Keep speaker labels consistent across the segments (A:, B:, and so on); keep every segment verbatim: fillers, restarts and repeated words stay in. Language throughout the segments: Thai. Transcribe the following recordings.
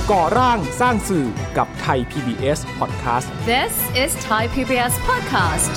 A: ก่อร่างสร้างสื่อกับไทย พี บี เอส Podcast
B: This is Thai พี บี เอส Podcast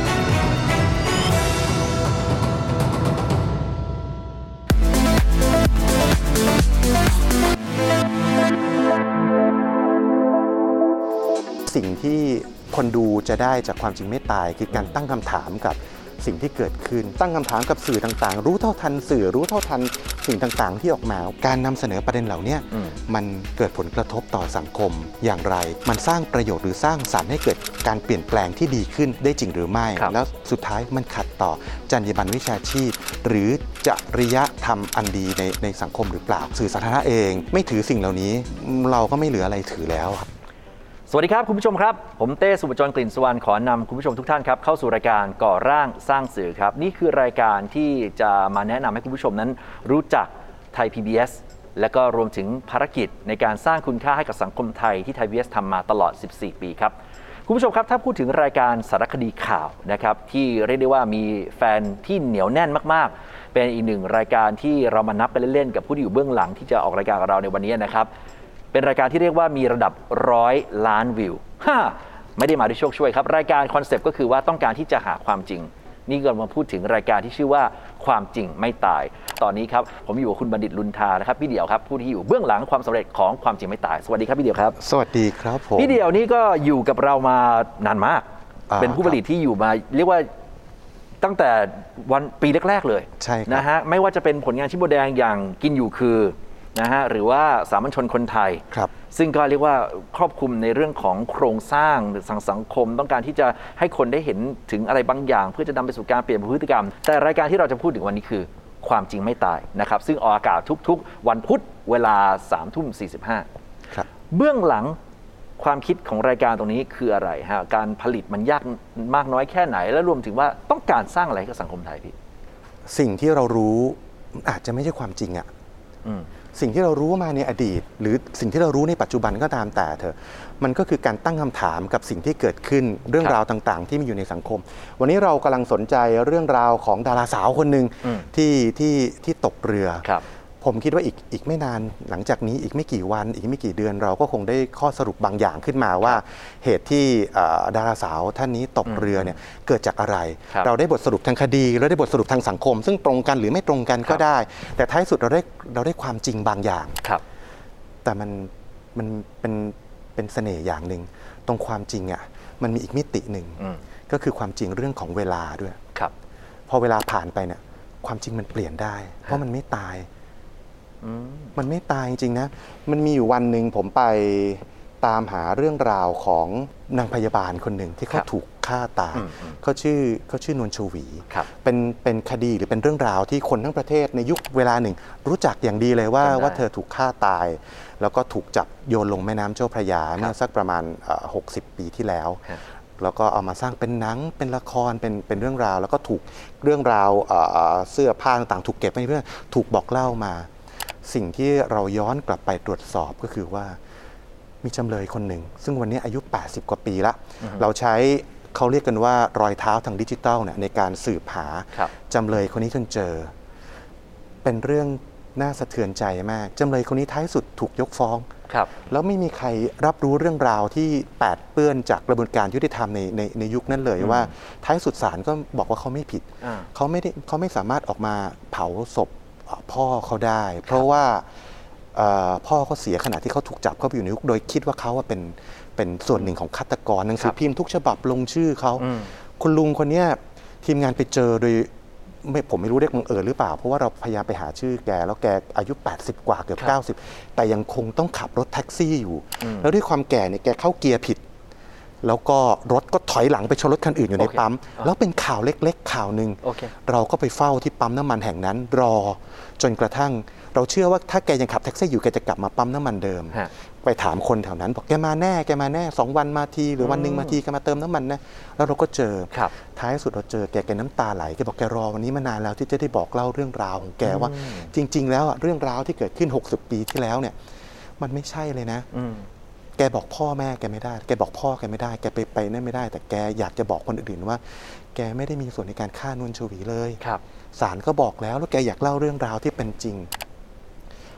C: สิ่งที่คนดูจะได้จากความจริงไม่ตายคือการตั้งคำถามกับสิ่งที่เกิดขึ้นตั้งคำถามกับสื่อต่างๆรู้เท่าทันสื่อรู้เท่าทันสิ่งต่างๆที่ออกมาการนำเสนอประเด็นเหล่านี้มันเกิดผลกระทบต่อสังคมอย่างไรมันสร้างประโยชน์หรือสร้างสรรค์ให้เกิดการเปลี่ยนแปลงที่ดีขึ้นได้จริงหรือไม่แล้วสุดท้ายมันขัดต่อจรรยาบรรณวิชาชีพหรือจริยธรรมอันดีในในสังคมหรือเปล่าสื่อสาธารณะเองไม่ถือสิ่งเหล่านี้เราก็ไม่เหลืออะไรถือแล้วครับ
D: สวัสดีครับคุณผู้ชมครับผมเต้สุปจรกลิ่นสุวรรณขอนำคุณผู้ชมทุกท่านครับเข้าสู่รายการก่อร่างสร้างสื่อครับนี่คือรายการที่จะมาแนะนำให้คุณผู้ชมนั้นรู้จักไทย พี บี เอส และก็รวมถึงภารกิจในการสร้างคุณค่าให้กับสังคมไทยที่ไทย พี บี เอส ทำมาตลอดสิบสี่ปีครับคุณผู้ชมครับถ้าพูดถึงรายการสารคดีข่าวนะครับที่เรียกได้ว่ามีแฟนที่เหนียวแน่นมากๆเป็นอีกหนึ่งรายการที่เรามานับไปเล่นๆกับผู้ที่อยู่เบื้องหลังที่จะออกรายการกับเราในวันนี้นะครับเป็นรายการที่เรียกว่ามีระดับร้อยล้านวิวฮ่าไม่ได้มาด้วยโชคช่วยครับรายการคอนเซปต์ก็คือว่าต้องการที่จะหาความจริงนี่ก็มาพูดถึงรายการที่ชื่อว่าความจริงไม่ตายตอนนี้ครับผมอยู่กับคุณบัณฑิตลุนทานะครับพี่เดี่ยวครับผู้ที่อยู่เบื้องหลังความสำเร็จของความจริงไม่ตายสวัสดีครับพี่เดี่ยวครับ
C: สวัสดีครับผม
D: พี่เดี่ยวนี่ก็อยู่กับเรามานานมากเป็นผู้ผลิตที่อยู่มาเรียกว่าตั้งแต่วันปีแรกๆเลย
C: ใช่
D: นะฮะไม่ว่าจะเป็นผลงานชิ้นโบแดงอย่างกินอยู่คือนะฮะหรือว่าสามัญชนคนไทยซึ่งก็เรียกว่าครอบคลุมในเรื่องของโครงสร้างสังสังคมต้องการที่จะให้คนได้เห็นถึงอะไรบางอย่างเพื่อจะนำไปสู่การเปลี่ยนพฤติกรรมแต่รายการที่เราจะพูดถึงวันนี้คือความจริงไม่ตายนะครับซึ่งออกอากาศทุกๆวันพุธเวลา สามทุ่มสี่สิบห้า
C: ครับ
D: เบื้องหลังความคิดของรายการตรงนี้คืออะไรฮะการผลิตมันยากมากน้อยแค่ไหนและรวมถึงว่าต้องการสร้างอะไรให้กับสังคมไทยพี่
C: สิ่งที่เรารู้อาจจะไม่ใช่ความจริงอ่ะสิ่งที่เรารู้มาในอดีตหรือสิ่งที่เรารู้ในปัจจุบันก็ตามแต่เถอะมันก็คือการตั้งคำถามกับสิ่งที่เกิดขึ้นเรื่องราวต่างๆที่มีอยู่ในสังคมวันนี้เรากำลังสนใจเรื่องราวของดาราสาวคนหนึ่งที่ที่ที่ตกเรือผมคิดว่าอีกอีกไม่นานหลังจากนี้อีกไม่กี่วันอีกไม่กี่เดือนเราก็คงได้ข้อสรุปบางอย่างขึ้นมาว่าเหตุที่ดาราสาวท่านนี้ตกเรือเนี่ยเกิดจากอะไรเราได้บทสรุปทางคดีเราได้บทสรุปทางสังคมซึ่งตรงกันหรือไม่ตรงกันก็ได้แต่ท้ายสุดเราได้เราได้ความจริงบางอย่างแต่มันมันเป็นเป็นเสน่ห์อย่างหนึ่งตรงความจริงอ่ะมันมีอีกมิติหนึ่งก็คือความจริงเรื่องของเวลาด้วยพอเวลาผ่านไปเนี่ยความจริงมันเปลี่ยนได้เพราะมันไม่ตายมันไม่ตายจริงๆนะมันมีอยู่วันหนึ่งผมไปตามหาเรื่องราวของนางพยาบาลคนหนึ่งที่เขาถูกฆ่าตายเขาชื่อเขาชื่อนวลชวีเป็นเป็นคดีหรือเป็นเรื่องราวที่คนทั้งประเทศในยุคเวลาหนึ่งรู้จักอย่างดีเลยว่าว่าเธอถูกฆ่าตายแล้วก็ถูกจับโยนลงแม่น้ำเจ้าพระยาเมื่อสักประมาณหกสิบปีที่แล้วแล้วก็เอามาสร้างเป็นหนังเป็นละครเป็นเป็นเรื่องราวแล้วก็ถูกเรื่องราวเสื้อผ้าต่างๆถูกเก็บไว้เพื่อถูกบอกเล่ามาสิ่งที่เราย้อนกลับไปตรวจสอบก็คือว่ามีจำเลยคนหนึ่งซึ่งวันนี้อายุแปดสิบกว่าปีละ uh-huh. เราใช้เขาเรียกกันว่ารอยเท้าทางดิจิทัลเนี่ยในการสืบหาจำเลยคนนี้จนเจอเป็นเรื่องน่าสะเทือนใจมากจำเลยคนนี้ท้ายสุดถูกยกฟ้องแล้วไม่มีใครรับรู้เรื่องราวที่แปดเปื้อนจากกระบวนการยุติธรรมในในในยุคนั้นเลย uh-huh. ว่าท้ายสุดศาลก็บอกว่าเขาไม่ผิด uh-huh. เขาไม่ได้เขาไม่สามารถออกมาเผาศพพ่อเขาได้เพราะว่าพ่อเขาเสียขณะที่เขาถูกจับเข้าไปอยู่ในคุกโดยคิดว่าเขาเป็นเป็นส่วนหนึ่งของฆาตกรหนังสือพิมพ์ทุกฉบับลงชื่อเขาคุณลุงคนนี้ทีมงานไปเจอโดยไม่ผมไม่รู้เรียกบังเอิญหรือเปล่าเพราะว่าเราพยายามไปหาชื่อแกแล้วแกอายุแปดสิบกว่าเกือบเก้าสิบแต่ยังคงต้องขับรถแท็กซี่อยู่แล้วด้วยความแก่เนี่ยแกเข้าเกียร์ผิดแล้วก็รถก็ถอยหลังไปชนรถคันอื่นอยู่ในปั๊ม okay. แล้วเป็นข่าวเล็กๆข่าวหนึ่ง okay. เราก็ไปเฝ้าที่ปั๊มน้ำมันแห่งนั้นรอจนกระทั่งเราเชื่อว่าถ้าแกยังขับแท็กซี่อยู่แกจะกลับมาปั๊มน้ำมันเดิม ไปถามคนแถวนั้นบอกแกมาแน่แกมาแน่สองวันมาทีหรือวันหนึ่งมาทีแกมาเติมน้ำมันนะแล้วเราก็เจอท้ายสุดเราเจอแกแกน้ำตาไหลแกบอกแกรอวันนี้มานานแล้วที่จะได้บอกเล่าเรื่องราวของแกว่าจริงๆแล้วเรื่องราวที่เกิดขึ้นหกสิบปีที่แล้วเนี่ยมันไม่ใช่เลยนะแกบอกพ่อแม่แกไม่ได้แกบอกพ่อแกไม่ได้แกไปไปนั่นไม่ได้แต่แกอยากจะบอกคนอื่นว่าแกไม่ได้มีส่วนในการฆ่านวลชวีเลยศาลก็บอกแล้วแล้วแกอยากเล่าเรื่องราวที่เป็นจริง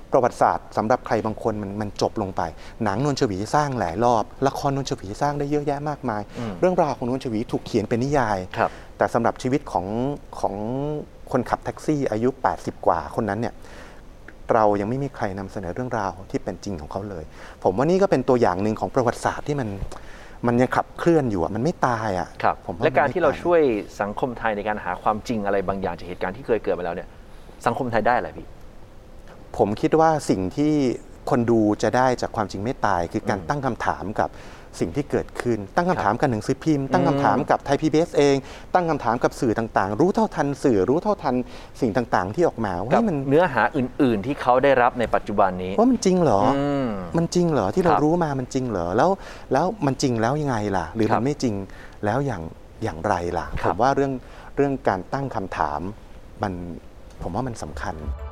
C: ประวัติศาสตร์สำหรับใครบางคนมันมันจบลงไปหนังนวลชวีสร้างหลายรอบละครนวลชวีสร้างได้เยอะแยะมากมายเรื่องราวของนวลชวีถูกเขียนเป็นนิยายแต่สำหรับชีวิตของของคนขับแท็กซี่อายุแปดสิบกว่าคนนั้นเนี่ยเรายังไม่มีใครนำเสนอเรื่องราวที่เป็นจริงของเขาเลยผมว่านี่ก็เป็นตัวอย่างหนึ่งของประวัติศาสตร์ที่มันมันยังขับเคลื่อนอยู่มันไม่ตายอ่ะ
D: และการที่เราช่วยสังคมไทยในการหาความจริงอะไรบางอย่างจากเหตุการณ์ที่เคยเกิดมาแล้วเนี่ยสังคมไทยได้อะไรพี่
C: ผมคิดว่าสิ่งที่คนดูจะได้จากความจริงไม่ตายคือการตั้งคำถามกับสิ่งที่เกิดขึ้นตั้งคำถามกับหนังสือพิมพ์ตั้งคำถามกับไทย พี บี เอส เองตั้งคำถามกับสื่อต่างๆรู้เท่าทันสื่อรู้เท่าทันสิ่งต่างๆที่ออกมาว่ามัน
D: เนื้อหาอื่นๆที่เขาได้รับในปัจจุบันนี้
C: ว่ามันจริงเหรอมันจริงเหรอที่เรารู้มามันจริงเหรอแล้วแล้วมันจริงแล้วยังไงล่ะหรือมันไม่จริงแล้วอย่างอย่างไรล่ะผมว่าเรื่องเรื่องการตั้งคำถามมันผมว่ามันสำคัญ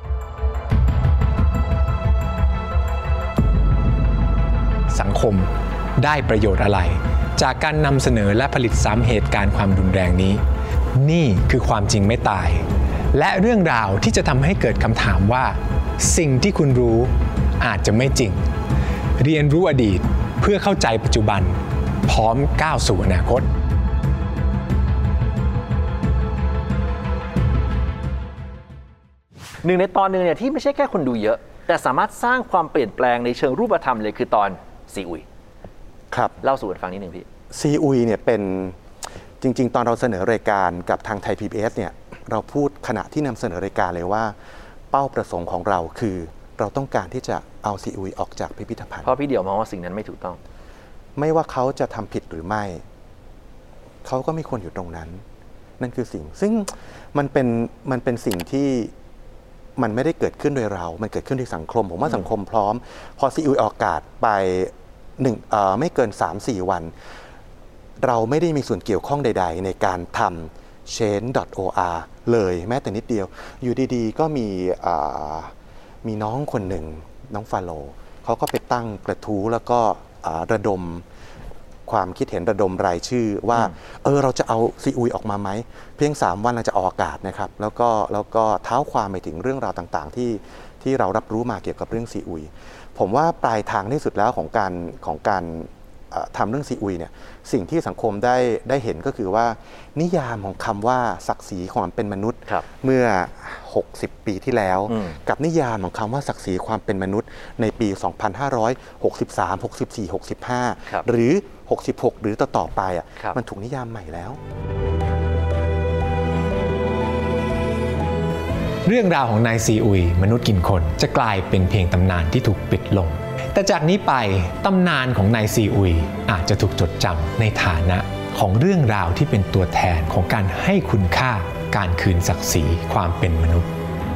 E: สังคมได้ประโยชน์อะไรจากการนำเสนอและผลิตซ้ำเหตุการณ์ความรุนแรงนี้นี่คือความจริงไม่ตายและเรื่องราวที่จะทำให้เกิดคำถามว่าสิ่งที่คุณรู้อาจจะไม่จริงเรียนรู้อดีตเพื่อเข้าใจปัจจุบันพร้อมก้าวสู่อนาคต
D: หนึ่งในตอนหนึ่งเนี่ยที่ไม่ใช่แค่คนดูเยอะแต่สามารถสร้างความเปลี่ยนแปลงในเชิงรูปธรรมเลยคือตอนซีอุย
C: ครับ
D: เล่าสู่กันฟังนิดนึงพี่
C: ซีอุยเนี่ยเป็นจริงๆตอนเราเสนอรายการกับทางไทย พี บี เอส เนี่ยเราพูดขณะที่นำเสนอรายการเลยว่าเป้าประสงค์ของเราคือเราต้องการที่จะเอาซีอุยออกจากพิพิธภัณฑ์
D: เพราะพี่เดี่ยวมองว่าสิ่งนั้นไม่ถูกต้อง
C: ไม่ว่าเขาจะทำผิดหรือไม่เขาก็ไม่ควรอยู่ตรงนั้นนั่นคือสิ่งซึ่งมันเป็นมันเป็นสิ่งที่มันไม่ได้เกิดขึ้นโดยเรามันเกิดขึ้นในสังคมผมว่าสังคมพร้อมพอซีอุยออกอากาศไปหนึ่งไม่เกิน สามสี่ วันเราไม่ได้มีส่วนเกี่ยวข้องใดๆในการทำ change ดอท โอ อาร์ เลยแม้แต่นิดเดียวอยู่ดีๆก็มีมีน้องคนหนึ่งน้องฟาโลเขาก็ไปตั้งกระทู้แล้วก็ระดมความคิดเห็นระดมรายชื่อว่าเออเราจะเอาซีอุยออกมาไหมเพียงสามวันเราจะออกอากาศนะครับแล้วก็แล้วก็เท้าความไปถึงเรื่องราวต่างๆที่ที่เรารับรู้มาเกี่ยวกับเรื่องซีอุยผมว่าปลายทางที่สุดแล้วของการของการทำเรื่องซีอุยเนี่ยสิ่งที่สังคมได้ได้เห็นก็คือว่านิยามของคำว่าศักดิ์ศรีความเป็นมนุษย์เมื่อหกสิบปีที่แล้วกับนิยามของคำว่าศักดิ์ศรีความเป็นมนุษย์ในปีสองพันห้าร้อยหกสิบสาม หกสิบสี่ หกสิบห้าหรือหกสิบหกหรือต่อๆไปอ่ะมันถูกนิยามใหม่แล้ว
E: เรื่องราวของนายซีอุยมนุษย์กินคนจะกลายเป็นเพียงตำนานที่ถูกปิดลงแต่จากนี้ไปตำนานของนายซีอุยอาจจะถูกจดจำในฐานะของเรื่องราวที่เป็นตัวแทนของการให้คุณค่าการคืนศักดิ์ศรีความเป็นมนุษย์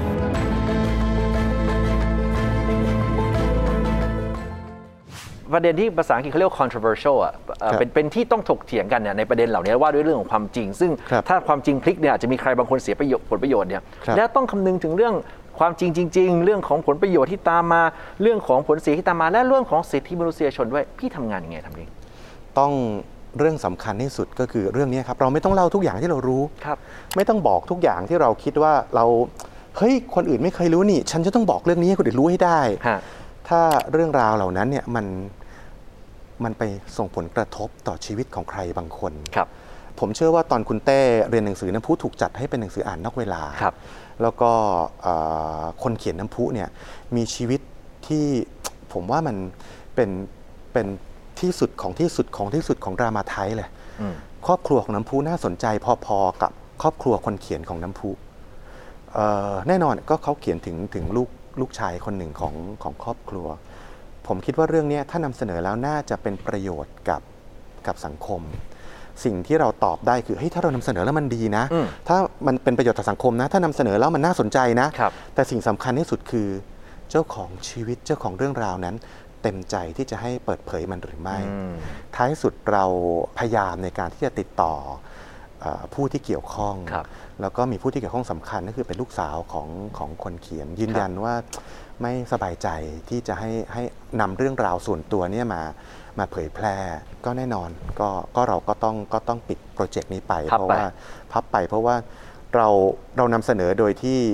D: ประเด็นที่ภาษาอังกฤษเขาเรียกว่า controversial อ่ะเป็นเป็นที่ต้องถกเถียงกันเนี่ยในประเด็นเหล่านี้ว่าด้วยเรื่องของความจริงซึ่งถ้าความจริงพลิกเนี่ยอาจจะมีใครบางคนเสียประโยชน์ผลประโยชน์เนี่ยแล้วต้องคำนึงถึงเรื่องความจริงจริงๆเรื่องของผลประโยชน์ที่ตามมาเรื่องของผลเสียที่ตามมาและเรื่องของสิทธิมนุษยชนด้วยพี่ทำงานยังไงทำเอง
C: ต้องเรื่องสำคัญที่สุดก็คือเรื่องนี้ครับเราไม่ต้องเล่าทุกอย่างที่เรารู้ไม่ต้องบอกทุกอย่างที่เราคิดว่าเราเฮ้ยคนอื่นไม่เคยรู้นี่ฉันจะต้องบอกเรื่องนี้ให้คนอื่นรู้ให้ได้ถ้าเรื่องราวเหล่านั้นเนี่ยมันมันไปส่งผลกระทบต่อชีวิตของใครบางคน
D: ครับ
C: ผมเชื่อว่าตอนคุณเต้เรียนหนังสือน้ำพุถูกจัดให้เป็นหนังสืออ่านนอกเวลา
D: ครับ
C: แล้วก็คนเขียนน้ำพุเนี่ยมีชีวิตที่ผมว่ามันเป็นเป็นที่สุดของที่สุดของที่สุดของดรามาไทยเลยครอบครัวของน้ำพุน่าสนใจพอๆกับครอบครัวคนเขียนของน้ำพุแน่นอนก็เขาเขียนถึงถึงลูกลูกชายคนหนึ่งของของครอบครัวผมคิดว่าเรื่องนี้ถ้านำเสนอแล้วน่าจะเป็นประโยชน์กับกับสังคมสิ่งที่เราตอบได้คือเฮ้ยถ้าเรานำเสนอแล้วมันดีนะถ้ามันเป็นประโยชน์ต่อสังคมนะถ้านำเสนอแล้วมันน่าสนใจนะแต่สิ่งสำคัญที่สุดคือเจ้าของชีวิตเจ้าของเรื่องราวนั้นเต็มใจที่จะให้เปิดเผยมันหรือไม่ท้ายสุดเราพยายามในการที่จะติดต่อผู้ที่เกี่ยวข้องแล้วก็มีผู้ที่เกี่ยวข้องสำคัญก็คือเป็นลูกสาวของของคนเขียนยืนยันว่าไม่สบายใจที่จะให้ให้นำเรื่องราวส่วนตัวเนี่ยมามาเผยแพร่ก็แน่นอนก็ก็เราก็ต้องก็ต้องปิดโปรเจกต์นี้ไปเพราะว่าพับไปเพราะว่าเราเรานำเสนอโดยที่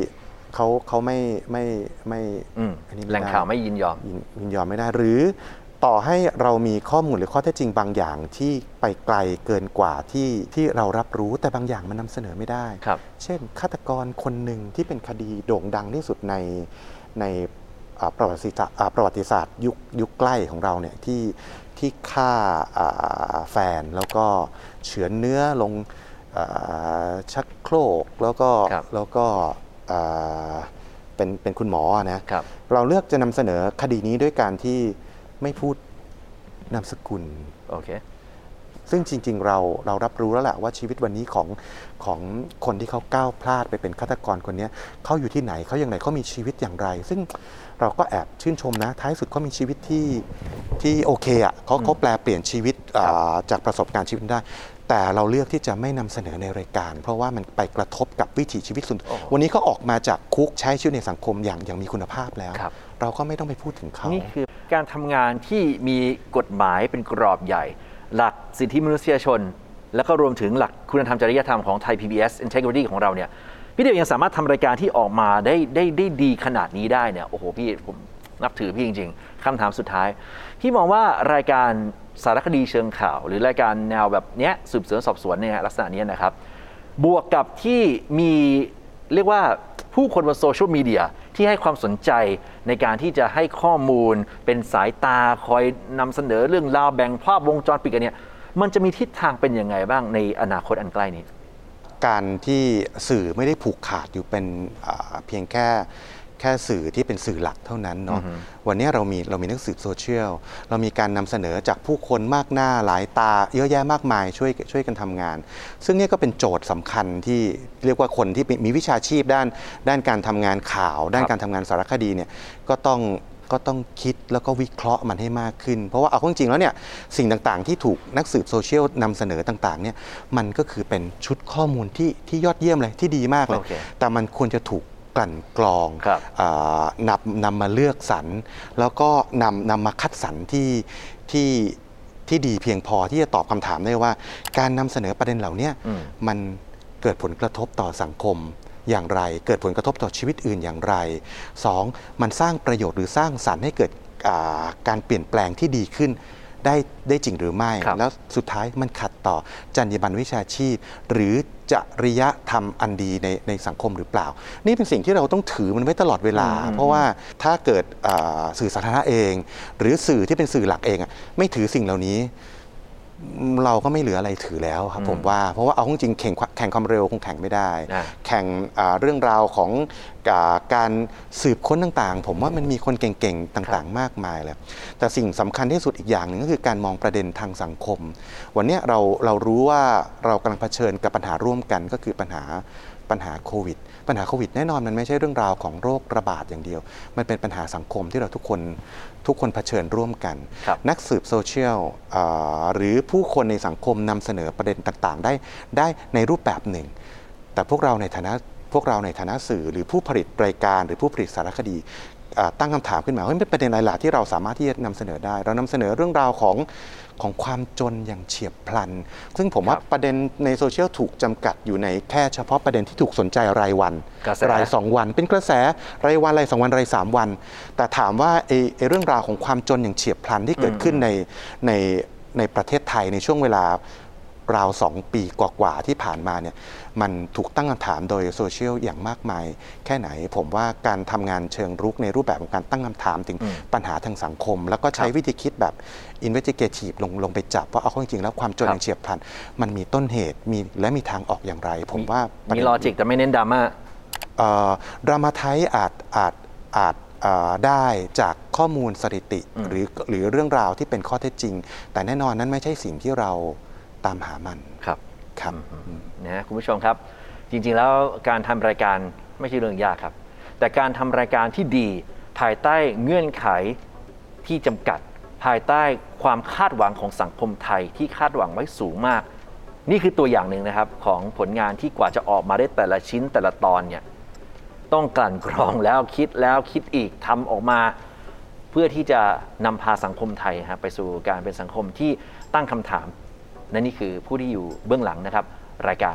C: เขาเขาไม่ไม่ไม่อันนี้
D: แหล่งข่าวไม่ยินยอม
C: ยินยอมไม่ได้หรือต่อให้เรามีข้อมูลหรือข้อเท็จจริงบางอย่างที่ไปไกลเกินกว่าที่ที่เรารับรู้แต่บางอย่างมันนำเสนอไม่ได้เช่นฆาตกรคนหนึ่งที่เป็นคดีโด่งดังที่สุดในในประวัติศาสตร์ประวัติศาสตร์ยุคยุคใกล้ของเราเนี่ยที่ที่ฆ่าแฟนแล้วก็เฉือนเนื้อลงชักโครกแล้วก็แล้วก็เป็นเป็นคุณหมอนะเราเลือกจะนำเสนอคดีนี้ด้วยการที่ไม่พูดนามสกุล
D: โอเค
C: ซึ่งจริงๆเราเรารับรู้แล้วแหละว่าชีวิตวันนี้ของของคนที่เขาก้าวพลาดไปเป็นฆาตกรคนนี้เขาอยู่ที่ไหนเขาอย่างไรเขามีชีวิตอย่างไร ซึ่งเราก็แอบชื่นชมนะท้ายสุดเขามีชีวิตที่ที่โอเคอ่ะเขาเขาแปลเปลี่ยนชีวิตจากประสบการณ์ชีวิตได้แต่เราเลือกที่จะไม่นำเสนอในรายการเพราะว่ามันไปกระทบกับวิถีชีวิตส่วนวันนี้เขาออกมาจากคุกใช้ชีวิตในสังคมอย่างอย่างมีคุณภาพแล้วเราก็ไม่ต้องไปพูดถึงเขา
D: นี่คือการทำงานที่มีกฎหมายเป็นกรอบใหญ่หลักสิทธิมนุษยชนแล้วก็รวมถึงหลักคุณธรรมจริยธรรมของไทย พี บี เอส Integrity ของเราเนี่ยพี่เดียวยังสามารถทำรายการที่ออกมาได้ได้ได้ดีขนาดนี้ได้เนี่ยโอ้โหพี่ผมนับถือพี่จริงๆคำถามสุดท้ายพี่มองว่ารายการสารคดีเชิงข่าวหรือรายการแนวแบบเนี้ยสืบสวนสอบสวนเนี่ยลักษณะนี้นะครับบวกกับที่มีเรียกว่าผู้คนบนโซเชียลมีเดียที่ให้ความสนใจในการที่จะให้ข้อมูลเป็นสายตาคอยนำเสนอเรื่องราวแบ่งภาพวงจรปิดกันเนี่ยมันจะมีทิศทางเป็นยังไงบ้างในอนาคตอันใกล้นี้
C: การที่สื่อไม่ได้ผูกขาดอยู่เป็นเพียงแค่แค่สื่อที่เป็นสื่อหลักเท่านั้นเนาะวันนี้เรามีเรามีนักสืบโซเชียลเรามีการนำเสนอจากผู้คนมากหน้าหลายตาเยอะแยะมากมายช่วยช่วยกันทำงานซึ่งนี่ก็เป็นโจทย์สำคัญที่เรียกว่าคนที่มีวิชาชีพด้านด้านการทำงานข่าวด้านการทำงานสารคดีเนี่ยก็ต้องก็ต้องคิดแล้วก็วิเคราะห์มันให้มากขึ้นเพราะว่าเอาจริงๆแล้วเนี่ยสิ่งต่างๆที่ถูกนักสืบโซเชียลนำเสนอต่างๆเนี่ยมันก็คือเป็นชุดข้อมูลที่ที่ยอดเยี่ยมเลยที่ดีมากเลย okay. แต่มันควรจะถูกกลั่นกรองนำนำมาเลือกสรรแล้วก็นำนำมาคัดสรรที่ที่ที่ดีเพียงพอที่จะตอบคำถามได้ว่าการนำเสนอประเด็นเหล่านี้มันเกิดผลกระทบต่อสังคมอย่างไรเกิดผลกระทบต่อชีวิตอื่นอย่างไรสองมันสร้างประโยชน์หรือสร้างสรรค์ให้เกิดการเปลี่ยนแปลงที่ดีขึ้นได้ได้จริงหรือไม่แล้วสุดท้ายมันขัดต่อจรรยาบรรณวิชาชีพหรือจริยธรรมอันดีในในสังคมหรือเปล่านี่เป็นสิ่งที่เราต้องถือมันไว้ตลอดเวลาเพราะว่าถ้าเกิดสื่อสาธารณะเองหรือสื่อที่เป็นสื่อหลักเองไม่ถือสิ่งเหล่านี้เราก็ไม่เหลืออะไรถือแล้วครับผมว่าเพราะว่าเอาจริงๆแข่งแข่งความเร็วคงแข่งไม่ได้แข่งเรื่องราวของการสืบค้นต่างๆผมว่ามันมีคนเก่งๆต่างๆมากมายเลยแต่สิ่งสำคัญที่สุดอีกอย่างหนึ่งก็คือการมองประเด็นทางสังคมวันนี้เราเรารู้ว่าเรากำลังเผชิญกับปัญหาร่วมกันก็คือปัญหาปัญหาโควิดปัญหาโควิดแน่นอนมันไม่ใช่เรื่องราวของโรคระบาดอย่างเดียวมันเป็นปัญหาสังคมที่เราทุกคนทุกคนเผชิญร่วมกันนักสืบโซเชียลหรือผู้คนในสังคมนำเสนอประเด็นต่างๆได้ได้ในรูปแบบหนึ่งแต่พวกเราในฐานะพวกเราในฐานะสื่อหรือผู้ผลิตรายการหรือผู้ผลิตสารคดีตั้งคำถามขึ้นมาว่าเป็นประเด็นอะไรล่ะที่เราสามารถที่จะนำเสนอได้เรานำเสนอเรื่องราวของของความจนอย่างเฉียบพลันซึ่งผมว่าประเด็นในโซเชียลถูกจำกัดอยู่ในแค่เฉพาะประเด็นที่ถูกสนใจรายวันรายสองวันเป็นกระแสรายวันรายสองวันรายสามวันแต่ถามว่าไอ้เรื่องราวของความจนอย่างเฉียบพลันที่เกิดขึ้นในในในประเทศไทยในช่วงเวลาราวสองปีกว่าๆที่ผ่านมาเนี่ยมันถูกตั้งคำถามโดยโซเชียลอย่างมากมายแค่ไหนผมว่าการทำงานเชิงรุกในรูปแบบของการตั้งคำถามถึงปัญหาทางสังคมแล้วก็ใช้วิธีคิดแบบ investigative ลงลงไปจับว่าเอาจริงๆแล้วความจนอย่างเฉียบพลันมันมีต้นเหตุมีและมีทางออกอย่างไรผมว่า
D: มีลอจิกแต่ไม่เน้นดราม่า
C: ดราม่าไทยอาจอาจอาจได้จากข้อมูลสถิติหรือหรือเรื่องราวที่เป็นข้อเท็จจริงแต่แน่นอนนั้นไม่ใช่สิ่งที่เราตามหามัน
D: ครับ
C: ครับ
D: นะคุณผู้ชมครับจริงๆแล้วการทำรายการไม่ใช่เรื่องยากครับแต่การทำรายการที่ดีภายใต้เงื่อนไขที่จำกัดภายใต้ความคาดหวังของสังคมไทยที่คาดหวังไว้สูงมากนี่คือตัวอย่างหนึ่งนะครับของผลงานที่กว่าจะออกมาได้แต่ละชิ้นแต่ละตอนเนี่ยต้องกลั่นกรองแล้วคิดแล้วคิดอีกทำออกมาเพื่อที่จะนำพาสังคมไทยครับไปสู่การเป็นสังคมที่ตั้งคำถามและนี่คือผู้ที่อยู่เบื้องหลังนะครับรายการ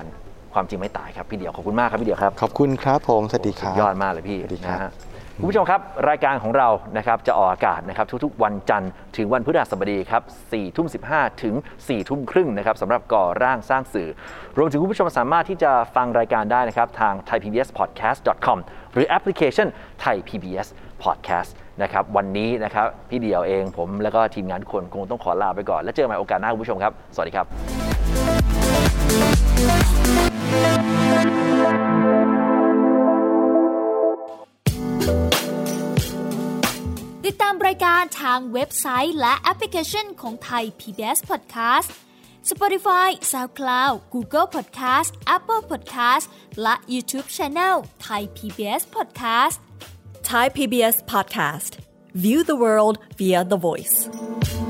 D: ความจริงไม่ตายครับพี่เดี่ยวขอบคุณมากครับพี่เดี่ยวครับ
C: ขอบคุณครับผมสวัสดีครับ
D: ยอดมากเลยพี่
C: สวัสดีครับ
D: นะฮะคุณผู้ชมครับรายการของเรานะครับจะออกอากาศนะครับทุกๆวันจันทร์ถึงวันพฤหัสบดีครับสี่ทุ่มสิบห้าถึงสี่ทุ่มครึ่งนะครับสำหรับก่อร่างสร้างสื่อรวมถึงคุณผู้ชมสามารถที่จะฟังรายการได้นะครับทาง ไทยพีบีเอสพอดแคสต์ ดอท คอม หรือแอปพลิเคชัน Thai พี บี เอส Podcast นะครับวันนี้นะครับพี่เดี่ยวเองผมแล้วก็ทีมงานทุกคนคงต้องขอลาไปก่อนแล้วเจอกันใหม่โอกาสหน้าคุณผู้ชมครับสวัสดีครับ
B: ติดตามรายการทางเว็บไซต์และแอปพลิเคชันของ Thai พี บี เอส Podcast Spotify, SoundCloud, Google Podcast, Apple Podcast และ YouTube Channel Thai พี บี เอส Podcast
F: Thai พี บี เอส Podcast. View the world via the voice.